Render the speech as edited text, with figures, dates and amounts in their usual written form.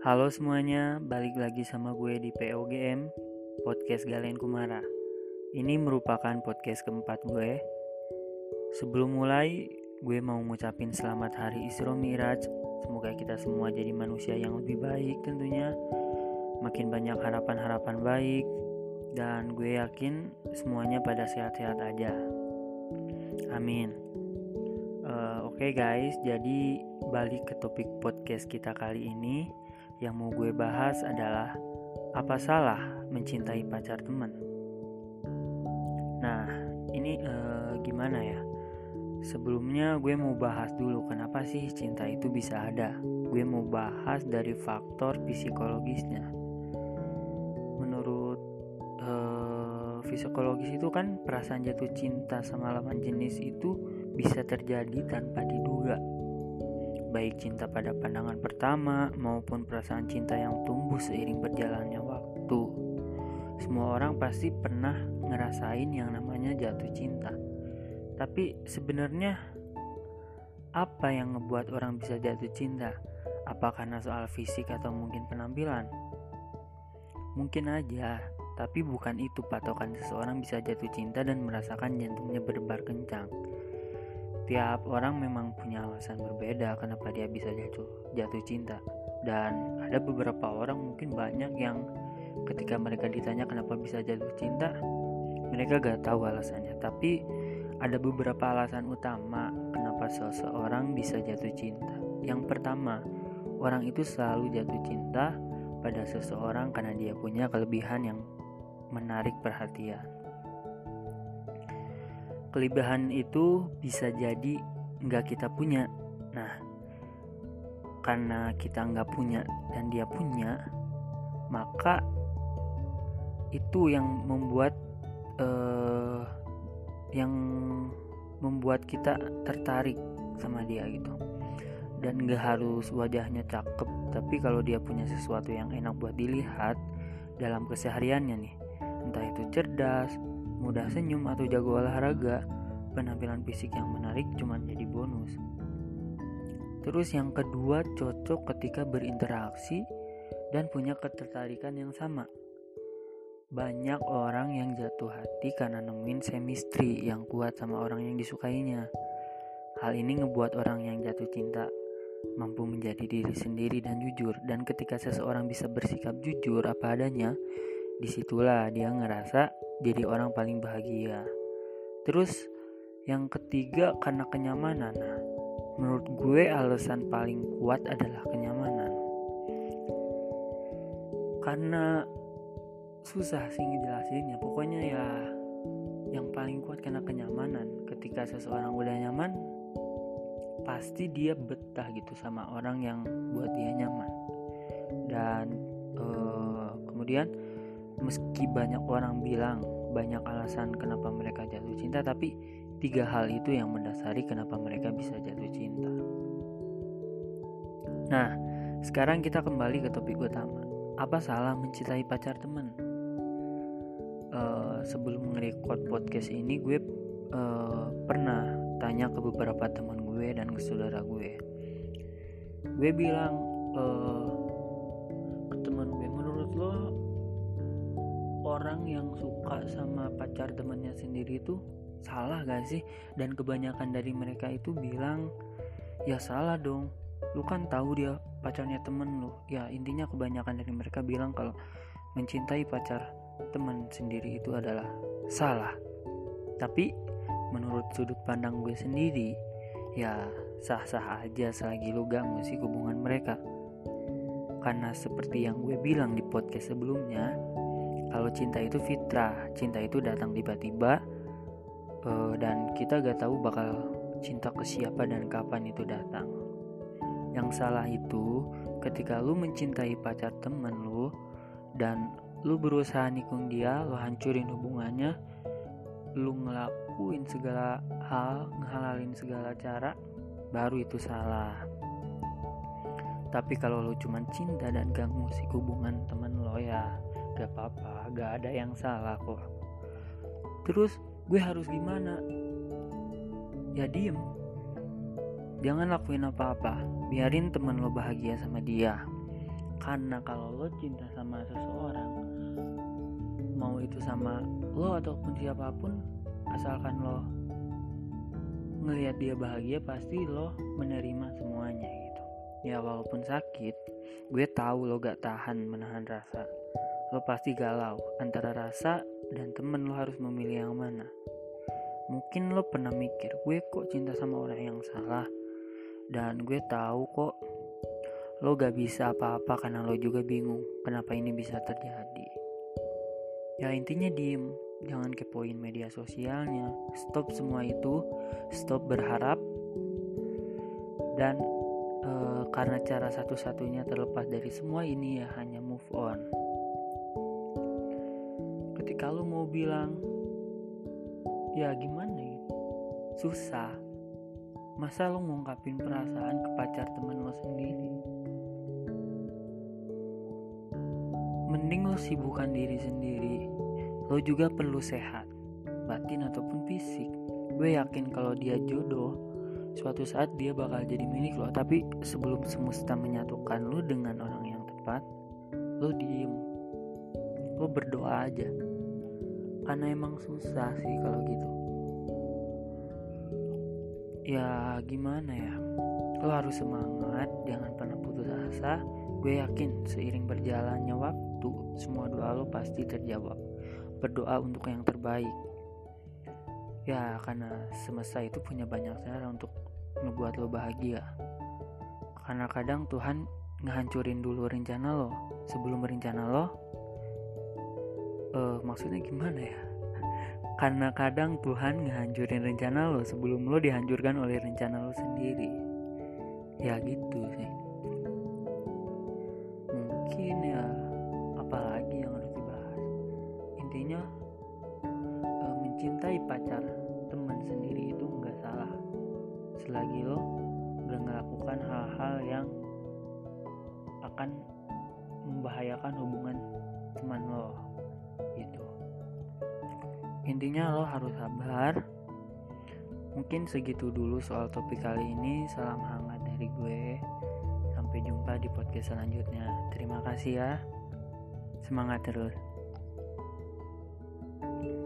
Halo semuanya, balik lagi sama gue di POGM, Podcast Galen Kumara. Ini merupakan podcast keempat gue. Sebelum mulai, gue mau ngucapin selamat hari Isra Mi'raj. Semoga kita semua jadi manusia yang lebih baik tentunya. Makin banyak harapan-harapan baik. Dan gue yakin semuanya pada sehat-sehat aja. Amin. Oke guys, jadi balik ke topik podcast kita kali ini. Yang mau gue bahas adalah apa salah mencintai pacar teman. Nah, ini gimana ya? Sebelumnya gue mau bahas dulu kenapa sih cinta itu bisa ada. Gue mau bahas dari faktor psikologisnya. Menurut psikologis itu kan perasaan jatuh cinta sama lawan jenis itu bisa terjadi tanpa diduga. Baik cinta pada pandangan pertama maupun perasaan cinta yang tumbuh seiring berjalannya waktu. Semua orang pasti pernah ngerasain yang namanya jatuh cinta. Tapi sebenarnya apa yang ngebuat orang bisa jatuh cinta? Apa karena soal fisik atau mungkin penampilan? Mungkin aja, tapi bukan itu patokan seseorang bisa jatuh cinta dan merasakan jantungnya berdebar kencang. Tiap orang memang punya alasan berbeda kenapa dia bisa jatuh cinta. Dan ada beberapa orang, mungkin banyak, yang ketika mereka ditanya kenapa bisa jatuh cinta, mereka gak tahu alasannya. Tapi ada beberapa alasan utama kenapa seseorang bisa jatuh cinta. Yang pertama, orang itu selalu jatuh cinta pada seseorang karena dia punya kelebihan yang menarik perhatian. Kelebihan itu bisa jadi nggak kita punya. Nah, karena kita nggak punya dan dia punya, maka itu yang membuat kita tertarik sama dia gitu. Dan nggak harus wajahnya cakep, tapi kalau dia punya sesuatu yang enak buat dilihat dalam kesehariannya nih, entah itu cerdas, mudah senyum atau jago olahraga, penampilan fisik yang menarik cuma jadi bonus. Terus yang kedua, cocok ketika berinteraksi dan punya ketertarikan yang sama. Banyak orang yang jatuh hati karena nemuin chemistry yang kuat sama orang yang disukainya. Hal ini ngebuat orang yang jatuh cinta mampu menjadi diri sendiri dan jujur. Dan ketika seseorang bisa bersikap jujur apa adanya, disitulah dia ngerasa jadi orang paling bahagia. Terus yang ketiga, karena kenyamanan. Nah, menurut gue alasan paling kuat adalah kenyamanan. Karena susah sih ngejelasinnya. Pokoknya ya yang paling kuat karena kenyamanan. Ketika seseorang udah nyaman, pasti dia betah gitu sama orang yang buat dia nyaman. Dan kemudian meski banyak orang bilang banyak alasan kenapa mereka jatuh cinta, tapi 3 hal itu yang mendasari kenapa mereka bisa jatuh cinta. Nah, sekarang kita kembali ke topik utama. Apa salah mencintai pacar teman? Sebelum nge-record podcast ini, gue pernah tanya ke beberapa teman gue dan ke saudara gue. Gue bilang ke teman gue, menurut lo orang yang suka sama pacar temannya sendiri itu salah gak sih? Dan kebanyakan dari mereka itu bilang, ya salah dong, lu kan tahu dia pacarnya temen lu. Ya intinya kebanyakan dari mereka bilang kalau mencintai pacar teman sendiri itu adalah salah. Tapi menurut sudut pandang gue sendiri, ya sah-sah aja selagi lu gak ngusik hubungan mereka. Karena seperti yang gue bilang di podcast sebelumnya, kalau cinta itu fitrah, cinta itu datang tiba-tiba, dan kita gak tahu bakal cinta ke siapa dan kapan itu datang. Yang salah itu ketika lu mencintai pacar temen lu dan lu berusaha nikung dia, lu hancurin hubungannya, lu ngelakuin segala hal, ngehalalin segala cara, baru itu salah. Tapi kalau lu cuma cinta dan gak ngusik hubungan temen lo, ya gak apa-apa, gak ada yang salah kok. Terus gue harus gimana? Ya diem, jangan lakuin apa-apa, biarin temen lo bahagia sama dia. Karena kalau lo cinta sama seseorang, mau itu sama lo ataupun siapapun, asalkan lo ngelihat dia bahagia, pasti lo menerima semuanya gitu. Ya walaupun sakit, gue tahu lo gak tahan menahan rasa. Lo pasti galau antara rasa dan temen, lo harus memilih yang mana. Mungkin lo pernah mikir, gue kok cinta sama orang yang salah. Dan gue tahu kok lo gak bisa apa-apa karena lo juga bingung kenapa ini bisa terjadi. Ya intinya diem, jangan kepoin media sosialnya, stop semua itu, stop berharap. Dan karena cara satu-satunya terlepas dari semua ini ya hanya move on. Ketika lo mau bilang, ya gimana ya, susah. Masa lo ngungkapin perasaan ke pacar temen lo sendiri? Mending lo sibukkan diri sendiri. Lo juga perlu sehat, batin ataupun fisik. Gue yakin kalau dia jodoh, suatu saat dia bakal jadi milik lo. Tapi sebelum semesta menyatukan lo dengan orang yang tepat, lo diem, lo berdoa aja. Karena emang susah sih kalau gitu. Ya gimana ya, lo harus semangat, jangan pernah putus asa. Gue yakin seiring berjalannya waktu, semua doa lo pasti terjawab. Berdoa untuk yang terbaik. Ya karena semesta itu punya banyak cara untuk ngebuat lo bahagia. Karena kadang Tuhan ngehancurin dulu rencana lo sebelum rencana lo. Maksudnya gimana ya? Karena kadang Tuhan ngehancurin rencana lo sebelum lo dihancurkan oleh rencana lo sendiri. Ya gitu sih. Mungkin ya apalagi yang harus dibahas. Intinya mencintai pacar teman sendiri itu gak salah, selagi lo gak melakukan hal-hal yang akan membahayakan hubungan teman lo gitu. Intinya lo harus sabar. Mungkin segitu dulu soal topik kali ini. Salam hangat dari gue. Sampai jumpa di podcast selanjutnya. Terima kasih ya. Semangat terus.